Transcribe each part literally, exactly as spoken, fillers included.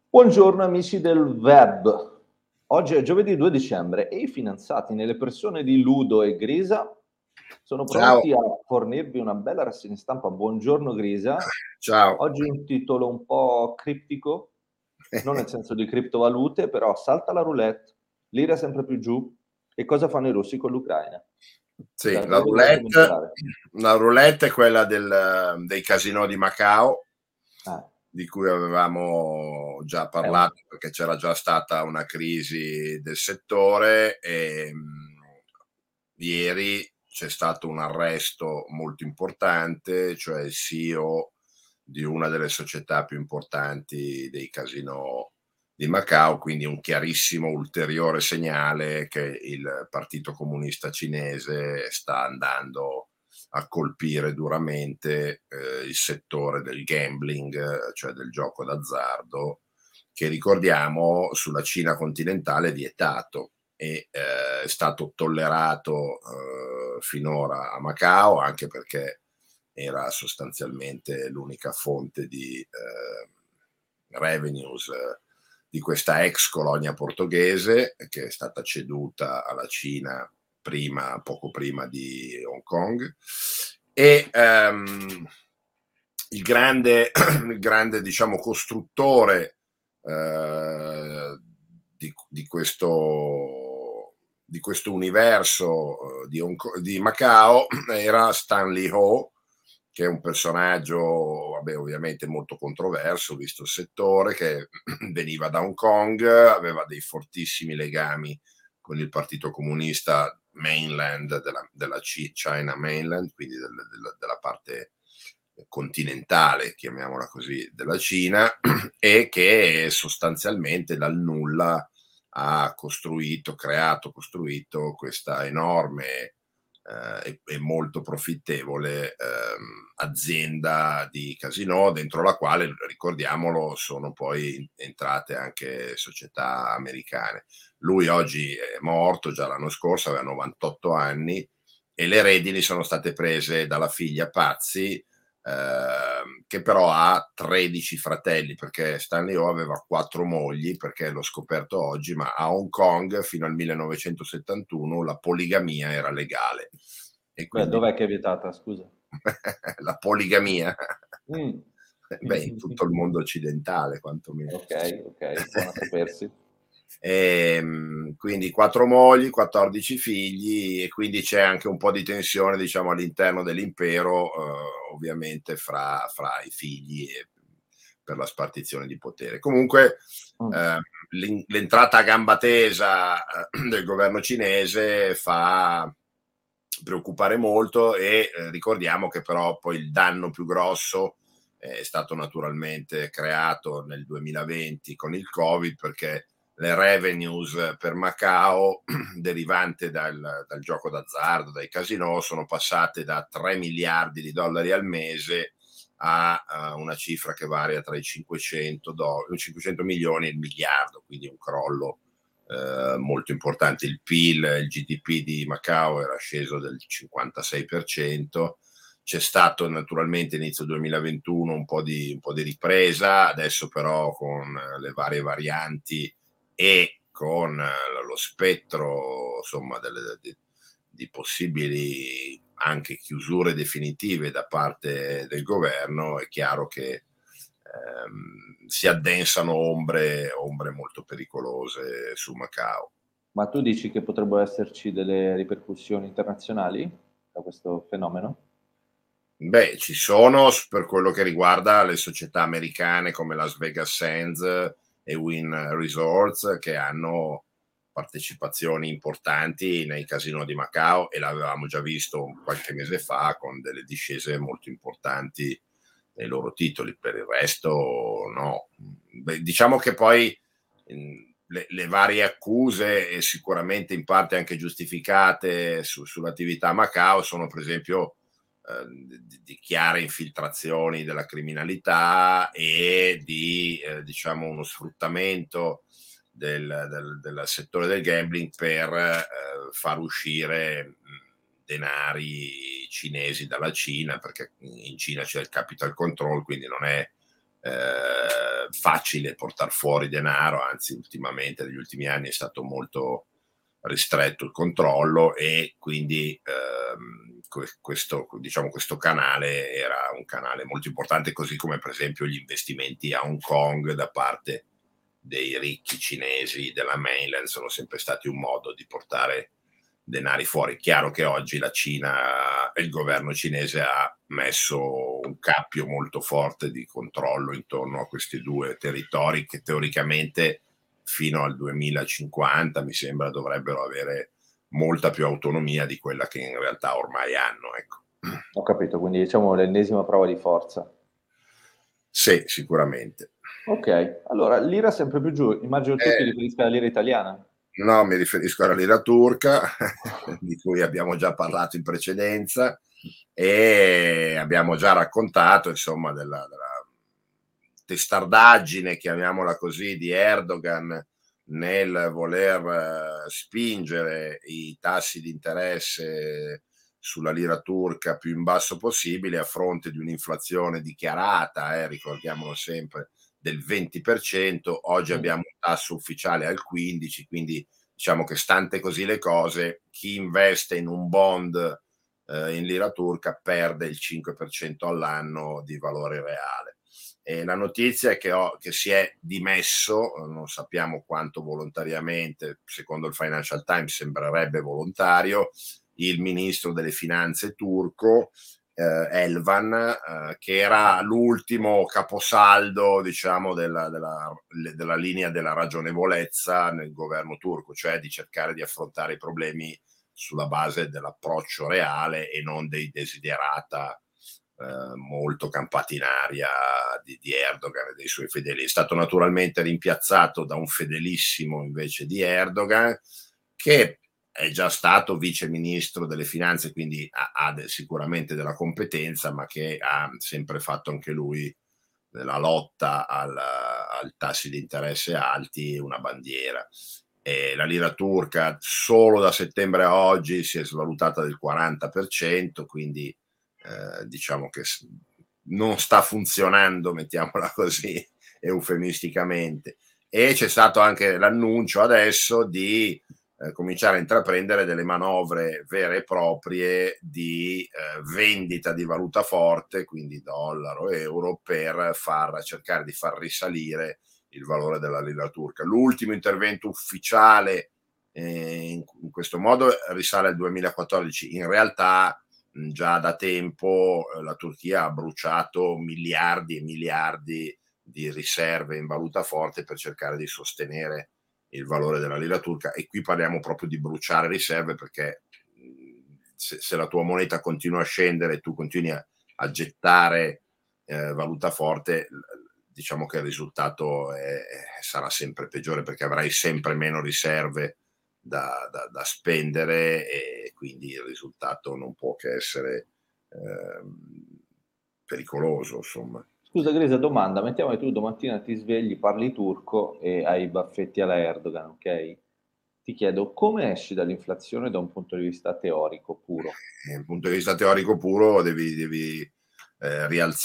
Buongiorno amici del web. Oggi è giovedì due dicembre e i finanziati nelle persone di Ludo e Grisa sono Ciao. pronti a fornirvi una bella rassegna stampa. Buongiorno Grisa. Ciao. Oggi un titolo un po' criptico, non nel senso di criptovalute, però salta la roulette, lira sempre più giù e cosa fanno i russi con l'Ucraina? Sì, Da la dove vuoi roulette cominciare? la roulette è quella del dei casinò di Macao Ah, di cui avevamo già è un parlato, perché c'era già stata una crisi del settore e mh, ieri c'è stato un arresto molto importante, cioè il C E O di una delle società più importanti dei casinò di Macao, quindi un chiarissimo ulteriore segnale che il Partito Comunista Cinese sta andando a colpire duramente eh, il settore del gambling, cioè del gioco d'azzardo, che ricordiamo sulla Cina continentale è vietato e eh, è stato tollerato eh, finora a Macao, anche perché era sostanzialmente l'unica fonte di eh, revenues eh, di questa ex colonia portoghese che è stata ceduta alla Cina prima, poco prima di Hong Kong. E um, il grande, il grande diciamo, costruttore eh, di, di, questo, di questo universo eh, di, Hong, di Macao era Stanley Ho, che è un personaggio, vabbè, ovviamente molto controverso, visto il settore, che veniva da Hong Kong, aveva dei fortissimi legami con il Partito Comunista mainland della, della China mainland, quindi del, della, della parte continentale, chiamiamola così, della Cina, e che sostanzialmente dal nulla ha costruito, creato, costruito questa enorme eh, e, e molto profittevole ehm, azienda di casinò, dentro la quale, ricordiamolo, sono poi entrate anche società americane. Lui oggi è morto già l'anno scorso, aveva novantotto anni, e le redini sono state prese dalla figlia Pazzi, Uh, che però ha tredici fratelli, perché Stanley Ho aveva quattro mogli, perché l'ho scoperto oggi, ma a Hong Kong fino al millenovecentosettantuno la poligamia era legale. E beh, quindi dov'è che è vietata, scusa? la poligamia Mm. beh, in tutto il mondo occidentale quantomeno. Ok, ok, buono a sapersi. E, quindi quattro mogli, quattordici figli, e quindi c'è anche un po' di tensione, diciamo, all'interno dell'impero, eh, ovviamente fra, fra i figli e per la spartizione di potere. Comunque Mm. eh, l'entrata a gamba tesa eh, del governo cinese fa preoccupare molto e eh, ricordiamo che però poi il danno più grosso è stato naturalmente creato nel duemilaventi con il Covid, perché le revenues per Macao derivante dal, dal gioco d'azzardo, dai casinò, sono passate da tre miliardi di dollari al mese a, a una cifra che varia tra i cinquecento, do, cinquecento milioni e il miliardo, quindi un crollo eh, molto importante. Il P I L, il G D P di Macao era sceso del cinquantasei per cento. C'è stato naturalmente inizio duemilaventuno un po' di, un po' di ripresa, adesso però con le varie varianti e con lo spettro, insomma, delle, di, di possibili anche chiusure definitive da parte del governo, è chiaro che ehm, si addensano ombre, ombre molto pericolose su Macao. Ma tu dici che potrebbero esserci delle ripercussioni internazionali da questo fenomeno? Beh, ci sono per quello che riguarda le società americane come Las Vegas Sands e Wynn Resorts, che hanno partecipazioni importanti nei casinò di Macao, e l'avevamo già visto qualche mese fa con delle discese molto importanti nei loro titoli. Per il resto no. Beh, diciamo che poi le, le varie accuse, e sicuramente in parte anche giustificate su, sull'attività Macao, sono per esempio Di, di chiare infiltrazioni della criminalità e di eh, diciamo uno sfruttamento del, del, del settore del gambling per eh, far uscire denari cinesi dalla Cina, perché in Cina c'è il capital control, quindi non è eh, facile portare fuori denaro, anzi ultimamente negli ultimi anni è stato molto ristretto il controllo e quindi ehm, questo, diciamo, questo canale era un canale molto importante, così come per esempio gli investimenti a Hong Kong da parte dei ricchi cinesi della mainland sono sempre stati un modo di portare denari fuori. Chiaro che oggi la Cina e il governo cinese ha messo un cappio molto forte di controllo intorno a questi due territori che teoricamente fino al duemilacinquanta mi sembra dovrebbero avere molta più autonomia di quella che in realtà ormai hanno, ecco. Ho capito, quindi diciamo l'ennesima prova di forza. Sì, sicuramente. Ok, allora l'ira sempre più giù, immagino tu eh, ti riferisca alla lira italiana. No, mi riferisco alla lira turca, di cui abbiamo già parlato in precedenza e abbiamo già raccontato, insomma, della, della testardaggine, chiamiamola così, di Erdogan nel voler uh, spingere i tassi di interesse sulla lira turca più in basso possibile a fronte di un'inflazione dichiarata, eh, ricordiamolo sempre, del venti per cento. Oggi abbiamo un tasso ufficiale al quindici per cento, quindi diciamo che stante così le cose, chi investe in un bond eh, in lira turca perde il cinque per cento all'anno di valore reale. E la notizia è che, ho, che si è dimesso, non sappiamo quanto volontariamente, secondo il Financial Times sembrerebbe volontario, il ministro delle finanze turco, eh, Elvan, eh, che era l'ultimo caposaldo, diciamo, della, della, della linea della ragionevolezza nel governo turco, cioè di cercare di affrontare i problemi sulla base dell'approccio reale e non dei desiderata eh, molto campati in aria di, di Erdogan e dei suoi fedeli. È stato naturalmente rimpiazzato da un fedelissimo invece di Erdogan, che è già stato vice ministro delle finanze, quindi ha, ha de, sicuramente della competenza, ma che ha sempre fatto anche lui della lotta al, al tassi di interesse alti una bandiera. E la lira turca solo da settembre a oggi si è svalutata del quaranta per cento, quindi eh, diciamo che non sta funzionando, mettiamola così eufemisticamente. E c'è stato anche l'annuncio adesso di Eh, cominciare a intraprendere delle manovre vere e proprie di eh, vendita di valuta forte, quindi dollaro, euro, per far, cercare di far risalire il valore della lira turca. L'ultimo intervento ufficiale eh, in, in questo modo risale al duemilaquattordici. In realtà mh, già da tempo eh, la Turchia ha bruciato miliardi e miliardi di riserve in valuta forte per cercare di sostenere il valore della lira turca, e qui parliamo proprio di bruciare riserve, perché se, se la tua moneta continua a scendere e tu continui a, a gettare eh, valuta forte, diciamo che il risultato è, sarà sempre peggiore, perché avrai sempre meno riserve da, da, da spendere e quindi il risultato non può che essere eh, pericoloso, insomma. Scusa Grisa, domanda, mettiamo che tu domattina ti svegli, parli turco e hai i baffetti alla Erdogan, ok? Ti chiedo, come esci dall'inflazione da un punto di vista teorico puro? Da un punto di vista teorico puro devi, devi eh,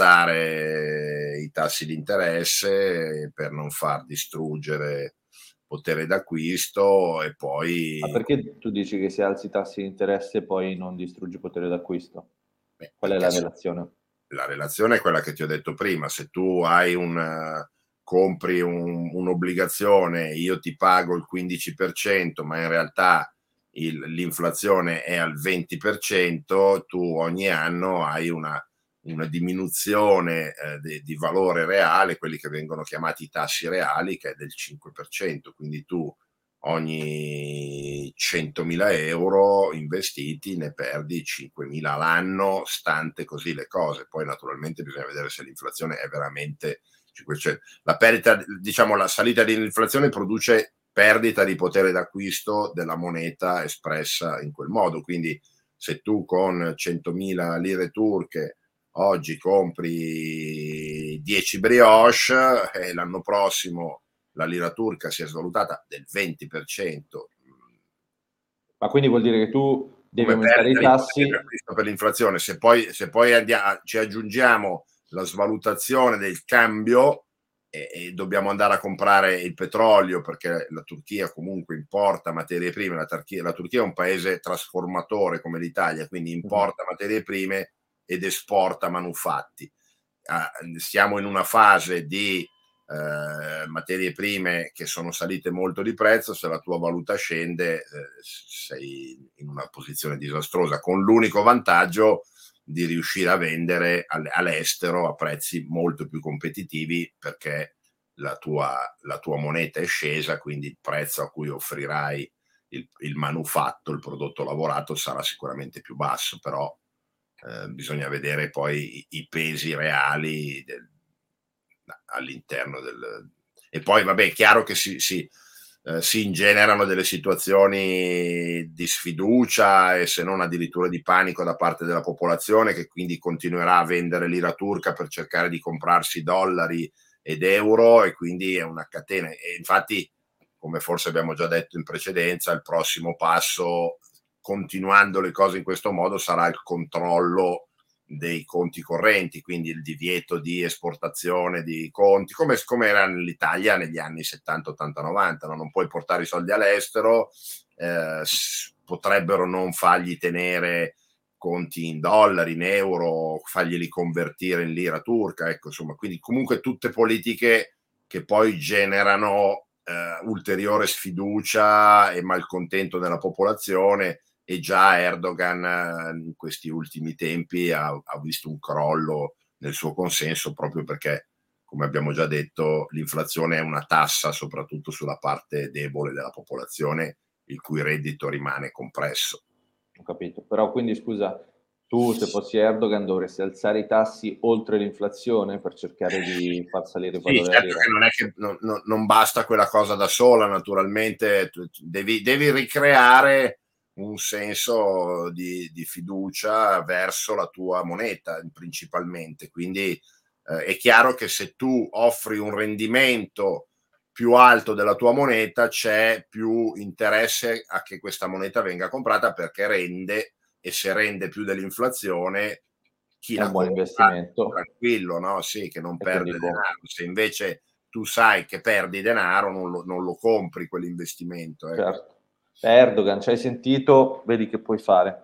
rialzare i tassi di interesse per non far distruggere potere d'acquisto e poi... Ma perché tu dici che se alzi i tassi di interesse e poi non distruggi potere d'acquisto? Beh, Qual è la relazione? La relazione è quella che ti ho detto prima. Se tu hai un... compri un, un'obbligazione, io ti pago il quindici per cento, ma in realtà il, l'inflazione è al venti per cento, tu ogni anno hai una, una diminuzione eh, de, di valore reale, quelli che vengono chiamati i tassi reali, che è del cinque per cento. Quindi tu ogni centomila euro investiti ne perdi cinquemila l'anno, stante così le cose. Poi naturalmente bisogna vedere se l'inflazione è veramente cinquecento. La perdita, diciamo, la salita dell'inflazione produce perdita di potere d'acquisto della moneta espressa in quel modo. Quindi se tu con centomila lire turche oggi compri dieci brioche e l'anno prossimo la lira turca si è svalutata del venti per cento. Ma quindi vuol dire che tu devi Come aumentare i tassi? Per l'inflazione, se poi, se poi andiamo, ci aggiungiamo la svalutazione del cambio, e, e dobbiamo andare a comprare il petrolio perché la Turchia comunque importa materie prime, la Turchia, la Turchia è un paese trasformatore come l'Italia, quindi importa uh-huh. materie prime ed esporta manufatti. Ah, siamo in una fase di eh, materie prime che sono salite molto di prezzo, se la tua valuta scende eh, sei in una posizione disastrosa, con l'unico vantaggio di riuscire a vendere all'estero a prezzi molto più competitivi perché la tua, la tua moneta è scesa, quindi il prezzo a cui offrirai il, il manufatto, il prodotto lavorato sarà sicuramente più basso, però eh, bisogna vedere poi i, i pesi reali del, all'interno del... E poi vabbè, è chiaro che si... si Eh, si ingenerano delle situazioni di sfiducia e se non addirittura di panico da parte della popolazione, che quindi continuerà a vendere lira turca per cercare di comprarsi dollari ed euro, e quindi è una catena. E infatti, come forse abbiamo già detto in precedenza, il prossimo passo, continuando le cose in questo modo, sarà il controllo dei conti correnti, quindi il divieto di esportazione di conti, come, come era nell'Italia negli anni settanta, ottanta, novanta, no? Non puoi portare i soldi all'estero, eh, potrebbero non fargli tenere conti in dollari, in euro, farglieli convertire in lira turca, ecco, insomma, quindi comunque tutte politiche che poi generano eh, ulteriore sfiducia e malcontento nella popolazione. E già Erdogan in questi ultimi tempi ha, ha visto un crollo nel suo consenso proprio perché, come abbiamo già detto, l'inflazione è una tassa soprattutto sulla parte debole della popolazione, il cui reddito rimane compresso. Ho capito, però quindi scusa, tu se fossi Erdogan dovresti alzare i tassi oltre l'inflazione per cercare di far salire il valore sì, della certo lira? che non è che non, non, non basta quella cosa da sola, naturalmente devi, devi ricreare un senso di, di fiducia verso la tua moneta principalmente, quindi eh, è chiaro che se tu offri un rendimento più alto della tua moneta c'è più interesse a che questa moneta venga comprata perché rende, e se rende più dell'inflazione chi È la un buon compra investimento. tranquillo, no? Sì, che non E perde quindi compri. denaro. Se invece tu sai che perdi denaro, non lo, non lo compri quell'investimento. Ecco. Certo. Erdogan, ci hai sentito? Vedi che puoi fare.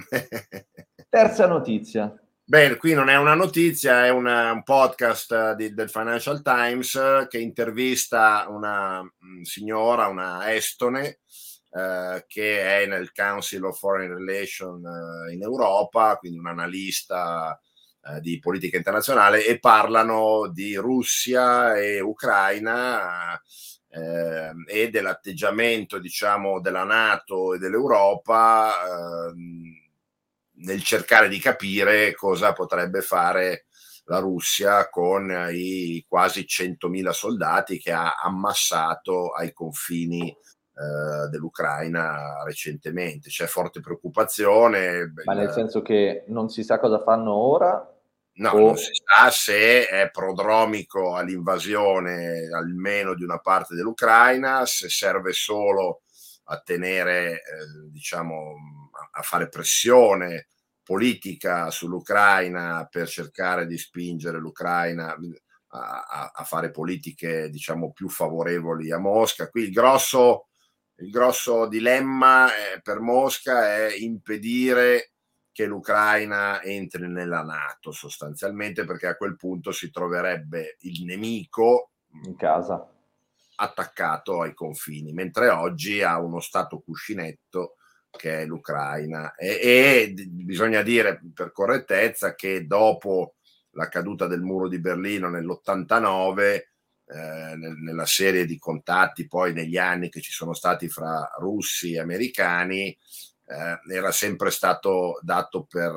Terza notizia. Bene, qui non è una notizia, è una, un podcast di, del Financial Times che intervista una mh, signora, una estone, eh, che è nel Council of Foreign Relations eh, in Europa, quindi un analista eh, di politica internazionale, e parlano di Russia e Ucraina eh, e dell'atteggiamento, diciamo, della NATO e dell'Europa eh, nel cercare di capire cosa potrebbe fare la Russia con i quasi centomila soldati che ha ammassato ai confini eh, dell'Ucraina recentemente. C'è forte preoccupazione. Ma nel Il, senso che non si sa cosa fanno ora? No, O... non si sa se è prodromico all'invasione almeno di una parte dell'Ucraina, se serve solo a tenere, eh, diciamo, a fare pressione politica sull'Ucraina per cercare di spingere l'Ucraina a, a fare politiche, diciamo, più favorevoli a Mosca. Qui il grosso, il grosso dilemma eh, per Mosca è impedire che l'Ucraina entri nella NATO sostanzialmente, perché a quel punto si troverebbe il nemico in casa attaccato ai confini, mentre oggi ha uno stato cuscinetto che è l'Ucraina. E, e bisogna dire per correttezza che dopo la caduta del muro di Berlino nell'ottantanove, eh, nella serie di contatti poi negli anni che ci sono stati fra russi e americani, eh, era sempre stato dato per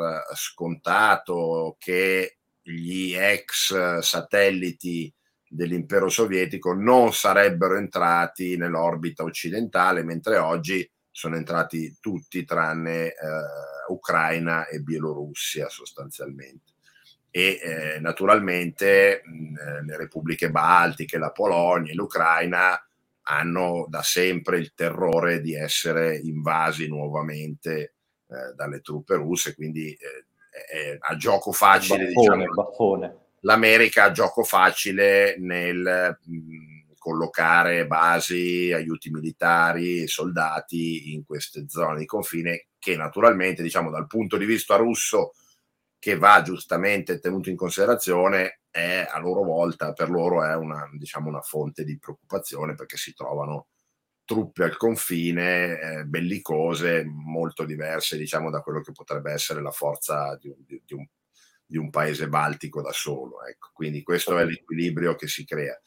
scontato che gli ex satelliti dell'impero sovietico non sarebbero entrati nell'orbita occidentale, mentre oggi sono entrati tutti tranne eh, Ucraina e Bielorussia sostanzialmente. E eh, naturalmente mh, le repubbliche baltiche, la Polonia e l'Ucraina hanno da sempre il terrore di essere invasi nuovamente eh, dalle truppe russe, quindi eh, è a gioco facile, baffone, diciamo, baffone. l'America ha gioco facile nel mh, collocare basi, aiuti militari, soldati in queste zone di confine che naturalmente, diciamo, dal punto di vista russo, che va giustamente tenuto in considerazione, è a loro volta, per loro è una, diciamo, una fonte di preoccupazione, perché si trovano truppe al confine eh, bellicose molto diverse, diciamo, da quello che potrebbe essere la forza di un, di, di un, di un paese baltico da solo, ecco. Quindi questo è l'equilibrio che si crea.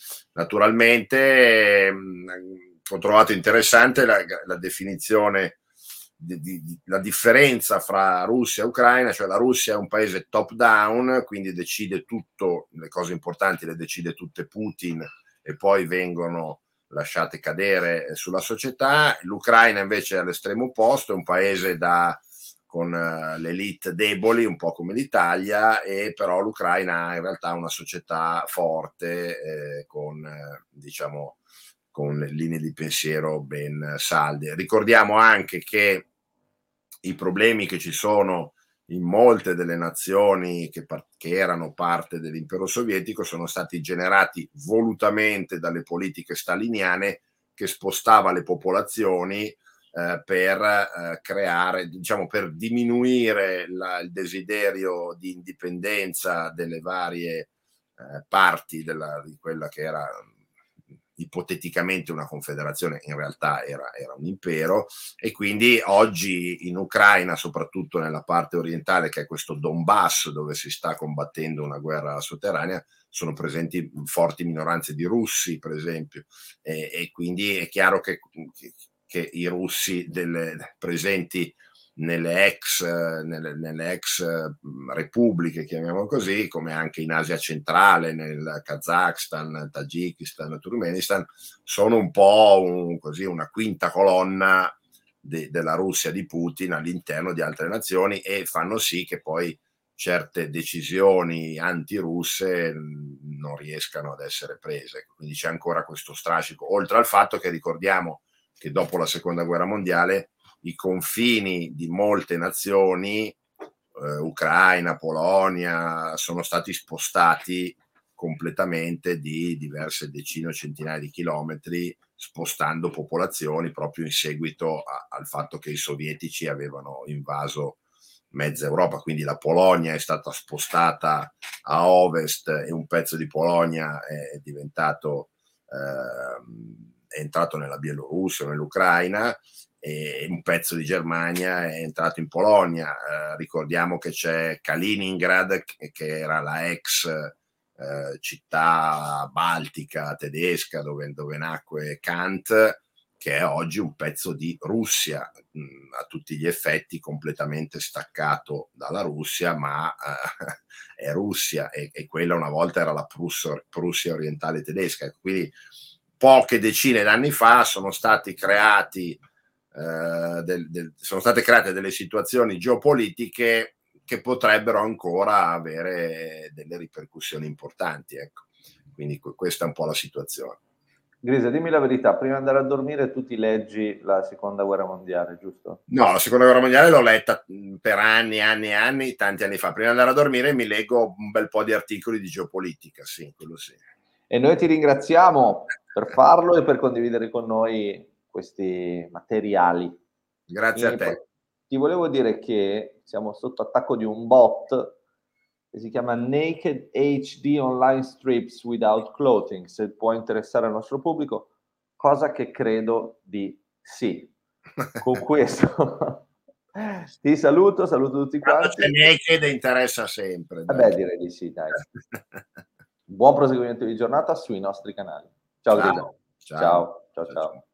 Naturalmente mh, ho trovato interessante la, la definizione Di, di, la differenza fra Russia e Ucraina, cioè la Russia è un paese top down, quindi decide tutto, le cose importanti le decide tutte Putin e poi vengono lasciate cadere sulla società. L'Ucraina invece è all'estremo opposto, è un paese da, con uh, l'elite deboli, un po' come l'Italia, e però l'Ucraina ha in realtà una società forte eh, con eh, diciamo con linee di pensiero ben salde. Ricordiamo anche che i problemi che ci sono in molte delle nazioni che, che erano parte dell'impero sovietico sono stati generati volutamente dalle politiche staliniane, che spostava le popolazioni eh, per eh, creare, diciamo, per diminuire la, il desiderio di indipendenza delle varie eh, parti della, di quella che era ipoteticamente una confederazione, in realtà era, era un impero, e quindi oggi in Ucraina, soprattutto nella parte orientale, che è questo Donbass dove si sta combattendo una guerra sotterranea, sono presenti forti minoranze di russi, per esempio, e, e quindi è chiaro che, che, che i russi delle, presenti nelle ex, nelle, nelle ex repubbliche, chiamiamolo così, come anche in Asia centrale, nel Kazakhstan, Tagikistan, Turkmenistan, sono un po' un, così, una quinta colonna de, della Russia di Putin all'interno di altre nazioni, e fanno sì che poi certe decisioni antirusse non riescano ad essere prese. Quindi c'è ancora questo strascico, oltre al fatto che ricordiamo che dopo la seconda guerra mondiale i confini di molte nazioni, eh, Ucraina, Polonia, sono stati spostati completamente di diverse decine o centinaia di chilometri, spostando popolazioni proprio in seguito a, al fatto che i sovietici avevano invaso mezza Europa. Quindi la Polonia è stata spostata a ovest e un pezzo di Polonia è diventato eh, è entrato nella Bielorussia o nell'Ucraina, e un pezzo di Germania è entrato in Polonia. Eh, ricordiamo che c'è Kaliningrad, che, che era la ex eh, città baltica tedesca dove, dove nacque Kant, che è oggi un pezzo di Russia, mh, a tutti gli effetti completamente staccato dalla Russia, ma eh, è Russia, e, e quella una volta era la Prussia, Prussia orientale tedesca. Quindi poche decine d'anni fa sono stati creati eh, del, del, sono state create delle situazioni geopolitiche che potrebbero ancora avere delle ripercussioni importanti, ecco. Quindi questa è un po' la situazione. Grisa, dimmi la verità, prima di andare a dormire tu ti leggi la seconda guerra mondiale, giusto? No, la seconda guerra mondiale l'ho letta per anni, anni, anni, tanti anni fa. Prima di andare a dormire mi leggo un bel po' di articoli di geopolitica, sì, quello sì. E noi ti ringraziamo per farlo e per condividere con noi questi materiali. Grazie e a te. Ti volevo dire che siamo sotto attacco di un bot che si chiama Naked H D Online Strips Without Clothing, se può interessare al nostro pubblico, cosa che credo di sì. Con questo ti saluto, saluto tutti quanti. C'è Naked interessa sempre. Eh beh, direi di sì, dai. Buon proseguimento di giornata sui nostri canali. Ciao, ciao, Grisa. ciao, Ciao, ciao, ciao. ciao.